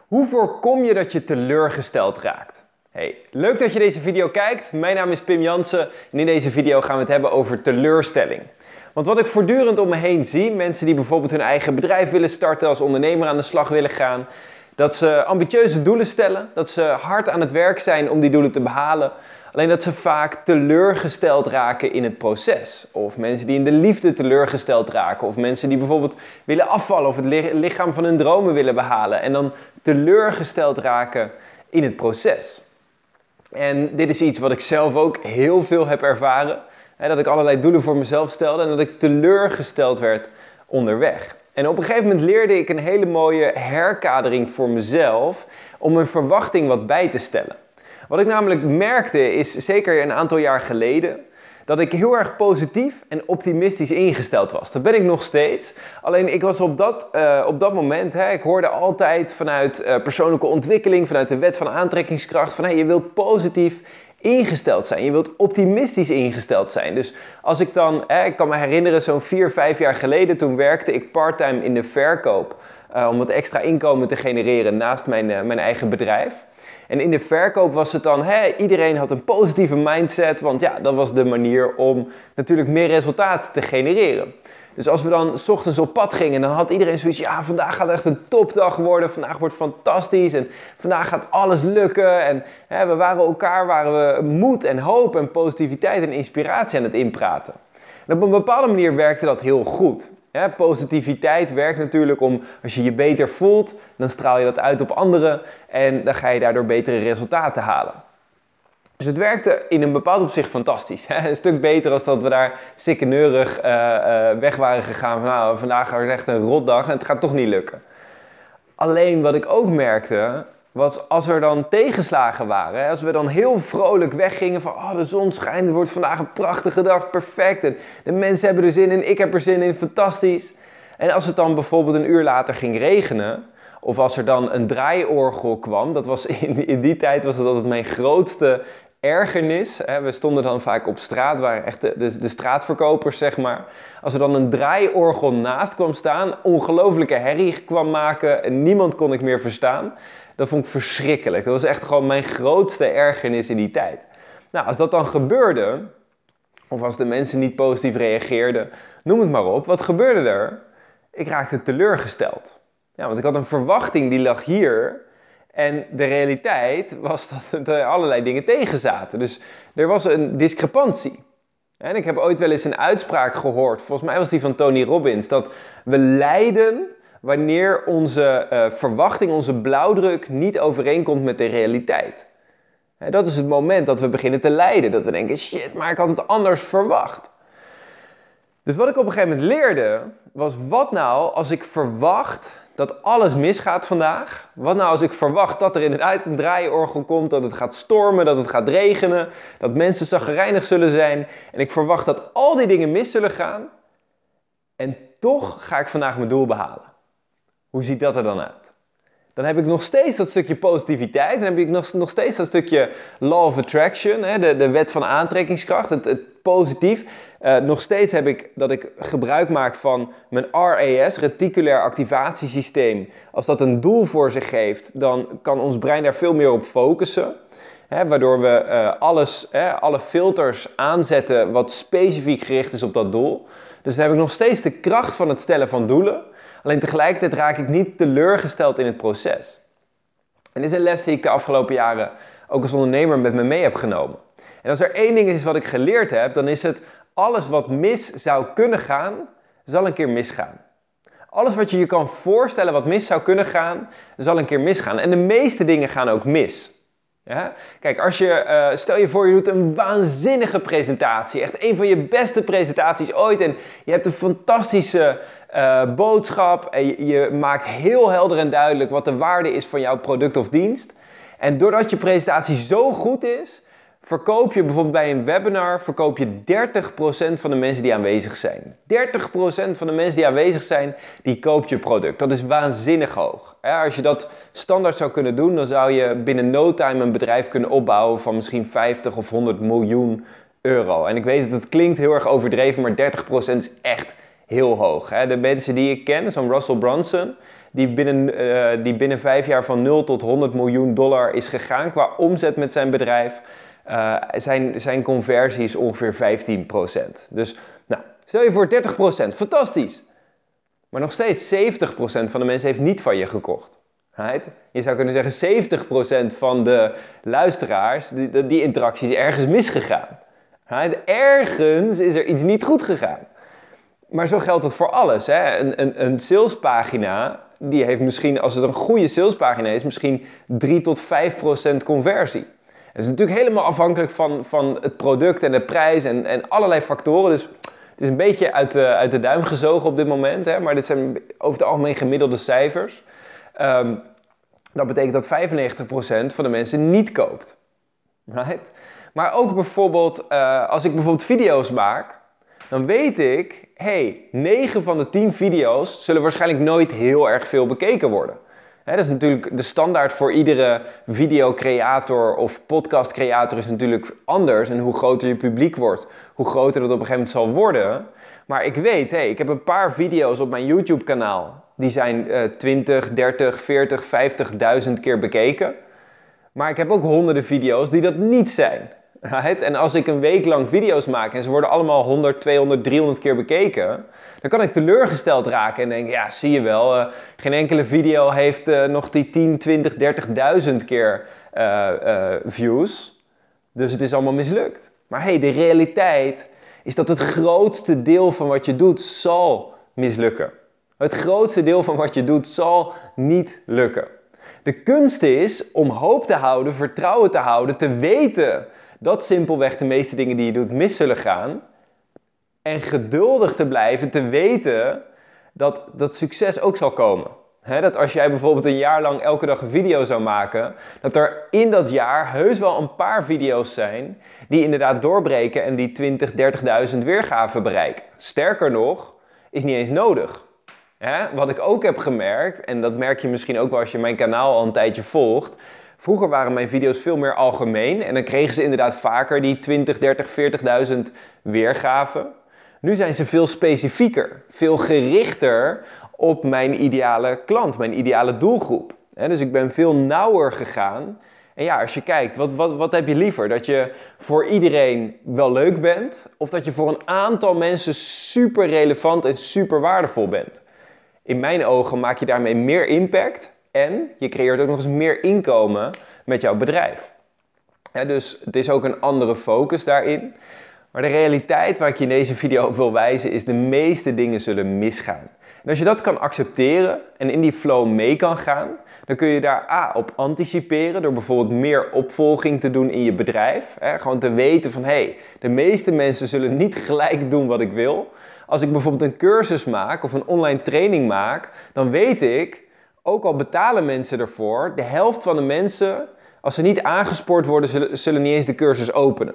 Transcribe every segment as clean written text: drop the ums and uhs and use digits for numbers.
Hoe voorkom je dat je teleurgesteld raakt? Hey, leuk dat je deze video kijkt. Mijn naam is Pim Jansen en in deze video gaan we het hebben over teleurstelling. Want wat ik voortdurend om me heen zie, mensen die bijvoorbeeld hun eigen bedrijf willen starten, als ondernemer aan de slag willen gaan, dat ze ambitieuze doelen stellen, dat ze hard aan het werk zijn om die doelen te behalen, alleen dat ze vaak teleurgesteld raken in het proces. Of mensen die in de liefde teleurgesteld raken, of mensen die bijvoorbeeld willen afvallen of het lichaam van hun dromen willen behalen en dan teleurgesteld raken in het proces. En dit is iets wat ik zelf ook heel veel heb ervaren. Dat ik allerlei doelen voor mezelf stelde en dat ik teleurgesteld werd onderweg. En op een gegeven moment leerde ik een hele mooie herkadering voor mezelf om mijn verwachting wat bij te stellen. Wat ik namelijk merkte is, zeker een aantal jaar geleden, dat ik heel erg positief en optimistisch ingesteld was. Dat ben ik nog steeds. Alleen ik was op dat moment, ik hoorde altijd vanuit persoonlijke ontwikkeling, vanuit de wet van aantrekkingskracht, van je wilt positief ingesteld zijn. Je wilt optimistisch ingesteld zijn. Dus als ik dan, ik kan me herinneren, zo'n 4-5 jaar geleden, toen werkte ik parttime in de verkoop om wat extra inkomen te genereren naast mijn eigen bedrijf. En in de verkoop was het dan, iedereen had een positieve mindset, want ja, dat was de manier om natuurlijk meer resultaat te genereren. Dus als we dan 's ochtends op pad gingen, dan had iedereen zoiets, ja, vandaag gaat echt een topdag worden, vandaag wordt fantastisch en vandaag gaat alles lukken. En we waren we moed en hoop en positiviteit en inspiratie aan het inpraten. En op een bepaalde manier werkte dat heel goed. Positiviteit werkt natuurlijk om, als je je beter voelt, dan straal je dat uit op anderen en dan ga je daardoor betere resultaten halen. Dus het werkte in een bepaald opzicht fantastisch. Een stuk beter dan dat we daar sikkeneurig weg waren gegaan van nou, vandaag is echt een rotdag en het gaat toch niet lukken. Alleen wat ik ook merkte, was als er dan tegenslagen waren, als we dan heel vrolijk weggingen van de zon schijnt, het wordt vandaag een prachtige dag, perfect. En de mensen hebben er zin in, ik heb er zin in, fantastisch. En als het dan bijvoorbeeld een uur later ging regenen, of als er dan een draaiorgel kwam, dat was in die tijd was dat altijd mijn grootste ergernis. We stonden dan vaak op straat, waren echt de straatverkopers, zeg maar. Als er dan een draaiorgel naast kwam staan, ongelofelijke herrie kwam maken en niemand kon ik meer verstaan. Dat vond ik verschrikkelijk. Dat was echt gewoon mijn grootste ergernis in die tijd. Nou, als dat dan gebeurde, of als de mensen niet positief reageerden, noem het maar op, wat gebeurde er? Ik raakte teleurgesteld. Ja, want ik had een verwachting die lag hier en de realiteit was dat er allerlei dingen tegen zaten. Dus er was een discrepantie. En ik heb ooit wel eens een uitspraak gehoord, volgens mij was die van Tony Robbins, dat we lijden wanneer onze verwachting, onze blauwdruk niet overeenkomt met de realiteit. Dat is het moment dat we beginnen te lijden, dat we denken, shit, maar ik had het anders verwacht. Dus wat ik op een gegeven moment leerde, was wat nou als ik verwacht dat alles misgaat vandaag? Wat nou als ik verwacht dat er inderdaad een draaiorgel komt, dat het gaat stormen, dat het gaat regenen, dat mensen chagrijnig zullen zijn en ik verwacht dat al die dingen mis zullen gaan en toch ga ik vandaag mijn doel behalen. Hoe ziet dat er dan uit? Dan heb ik nog steeds dat stukje positiviteit, dan heb ik nog steeds dat stukje law of attraction, de wet van aantrekkingskracht, het positief. Nog steeds heb ik dat ik gebruik maak van mijn RAS, reticulair activatiesysteem. Als dat een doel voor zich geeft, dan kan ons brein daar veel meer op focussen. Waardoor we alle filters aanzetten wat specifiek gericht is op dat doel. Dus dan heb ik nog steeds de kracht van het stellen van doelen. Alleen tegelijkertijd raak ik niet teleurgesteld in het proces. En dit is een les die ik de afgelopen jaren ook als ondernemer met me mee heb genomen. En als er één ding is wat ik geleerd heb, dan is het alles wat mis zou kunnen gaan, zal een keer misgaan. Alles wat je je kan voorstellen wat mis zou kunnen gaan, zal een keer misgaan. En de meeste dingen gaan ook mis. Ja? Kijk, stel je voor je doet een waanzinnige presentatie. Echt een van je beste presentaties ooit. En je hebt een fantastische boodschap. En je maakt heel helder en duidelijk wat de waarde is van jouw product of dienst. En doordat je presentatie zo goed is, verkoop je bijvoorbeeld bij een webinar, verkoop je 30% van de mensen die aanwezig zijn. 30% van de mensen die aanwezig zijn, die koopt je product. Dat is waanzinnig hoog. Als je dat standaard zou kunnen doen, dan zou je binnen no time een bedrijf kunnen opbouwen van misschien 50 of 100 miljoen euro. En ik weet dat het klinkt heel erg overdreven, maar 30% is echt heel hoog. De mensen die ik ken, zo'n Russell Brunson, die binnen 5 jaar van 0 tot 100 miljoen dollar is gegaan qua omzet met zijn bedrijf. Zijn conversie is ongeveer 15%. Dus nou, stel je voor 30%, fantastisch. Maar nog steeds 70% van de mensen heeft niet van je gekocht. Right? Je zou kunnen zeggen 70% van de luisteraars, die interactie is ergens misgegaan. Right? Ergens is er iets niet goed gegaan. Maar zo geldt het voor alles. Hè? Een salespagina, die heeft misschien, als het een goede salespagina is, misschien 3 tot 5% conversie. Dat is natuurlijk helemaal afhankelijk van het product en de prijs en allerlei factoren. Dus het is een beetje uit de duim gezogen op dit moment. Hè? Maar dit zijn over het algemeen gemiddelde cijfers. Dat betekent dat 95% van de mensen niet koopt. Right? Maar ook bijvoorbeeld, als ik bijvoorbeeld video's maak, dan weet ik, 9 van de 10 video's zullen waarschijnlijk nooit heel erg veel bekeken worden. Dat is natuurlijk de standaard voor iedere videocreator of podcastcreator is natuurlijk anders. En hoe groter je publiek wordt, hoe groter dat op een gegeven moment zal worden. Maar ik weet, ik heb een paar video's op mijn YouTube kanaal. Die zijn 20, 30, 40, 50.000 keer bekeken. Maar ik heb ook honderden video's die dat niet zijn. Right? En als ik een week lang video's maak en ze worden allemaal 100, 200, 300 keer bekeken, dan kan ik teleurgesteld raken en denken, ja, zie je wel, geen enkele video heeft nog die 10, 20, 30.000 keer views. Dus het is allemaal mislukt. Maar de realiteit is dat het grootste deel van wat je doet zal mislukken. Het grootste deel van wat je doet zal niet lukken. De kunst is om hoop te houden, vertrouwen te houden, te weten dat simpelweg de meeste dingen die je doet mis zullen gaan. En geduldig te blijven, te weten dat succes ook zal komen. Dat als jij bijvoorbeeld een jaar lang elke dag een video zou maken, dat er in dat jaar heus wel een paar video's zijn die inderdaad doorbreken en die 20, 30.000 weergaven bereiken. Sterker nog, is niet eens nodig. Wat ik ook heb gemerkt, en dat merk je misschien ook wel als je mijn kanaal al een tijdje volgt. Vroeger waren mijn video's veel meer algemeen en dan kregen ze inderdaad vaker die 20, 30, 40.000 weergaven. Nu zijn ze veel specifieker, veel gerichter op mijn ideale klant, mijn ideale doelgroep. Dus ik ben veel nauwer gegaan. En ja, als je kijkt, wat heb je liever? Dat je voor iedereen wel leuk bent, of dat je voor een aantal mensen super relevant en super waardevol bent? In mijn ogen maak je daarmee meer impact en je creëert ook nog eens meer inkomen met jouw bedrijf. Dus het is ook een andere focus daarin. Maar de realiteit waar ik je in deze video op wil wijzen is de meeste dingen zullen misgaan. En als je dat kan accepteren en in die flow mee kan gaan, dan kun je daar op anticiperen door bijvoorbeeld meer opvolging te doen in je bedrijf. Gewoon te weten van de meeste mensen zullen niet gelijk doen wat ik wil. Als ik bijvoorbeeld een cursus maak of een online training maak, dan weet ik, ook al betalen mensen ervoor, de helft van de mensen, als ze niet aangespoord worden, zullen niet eens de cursus openen.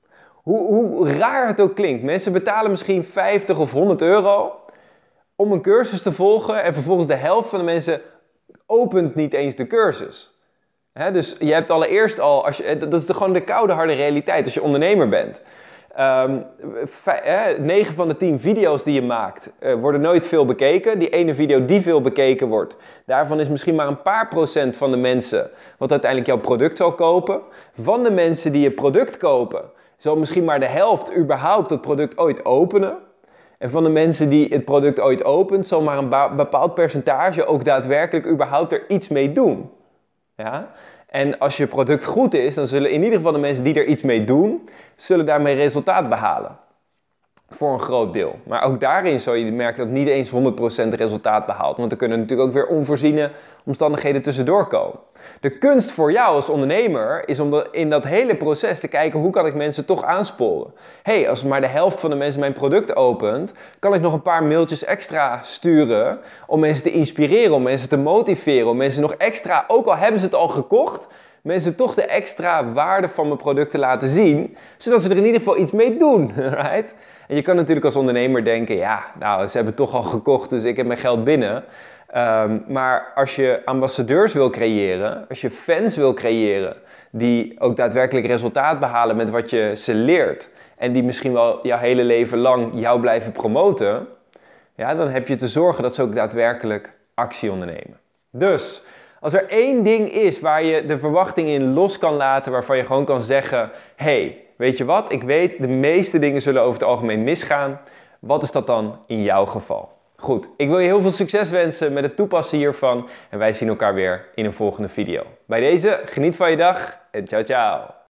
Hoe raar het ook klinkt. Mensen betalen misschien 50 of 100 euro om een cursus te volgen en vervolgens de helft van de mensen opent niet eens de cursus. Dus je hebt allereerst al, dat is gewoon de koude harde realiteit als je ondernemer bent. 9 van de 10 video's die je maakt worden nooit veel bekeken. Die ene video die veel bekeken wordt, daarvan is misschien maar een paar procent van de mensen wat uiteindelijk jouw product zal kopen. Van de mensen die je product kopen, zal misschien maar de helft überhaupt het product ooit openen. En van de mensen die het product ooit opent, zal maar een bepaald percentage ook daadwerkelijk überhaupt er iets mee doen. Ja? En als je product goed is, dan zullen in ieder geval de mensen die er iets mee doen, zullen daarmee resultaat behalen. Voor een groot deel. Maar ook daarin zul je merken dat niet eens 100% resultaat behaalt. Want er kunnen natuurlijk ook weer onvoorziene omstandigheden tussendoor komen. De kunst voor jou als ondernemer is om in dat hele proces te kijken hoe kan ik mensen toch aansporen. Als maar de helft van de mensen mijn product opent, kan ik nog een paar mailtjes extra sturen om mensen te inspireren, om mensen te motiveren, om mensen nog extra, ook al hebben ze het al gekocht, mensen toch de extra waarde van mijn product te laten zien, zodat ze er in ieder geval iets mee doen. Right? En je kan natuurlijk als ondernemer denken, ze hebben het toch al gekocht, dus ik heb mijn geld binnen. Maar als je ambassadeurs wil creëren, als je fans wil creëren, die ook daadwerkelijk resultaat behalen met wat je ze leert, en die misschien wel jouw hele leven lang jou blijven promoten, dan heb je te zorgen dat ze ook daadwerkelijk actie ondernemen. Dus, als er één ding is waar je de verwachtingen in los kan laten, waarvan je gewoon kan zeggen, hey, weet je wat, ik weet de meeste dingen zullen over het algemeen misgaan. Wat is dat dan in jouw geval? Goed, ik wil je heel veel succes wensen met het toepassen hiervan en wij zien elkaar weer in een volgende video. Bij deze, geniet van je dag en ciao ciao!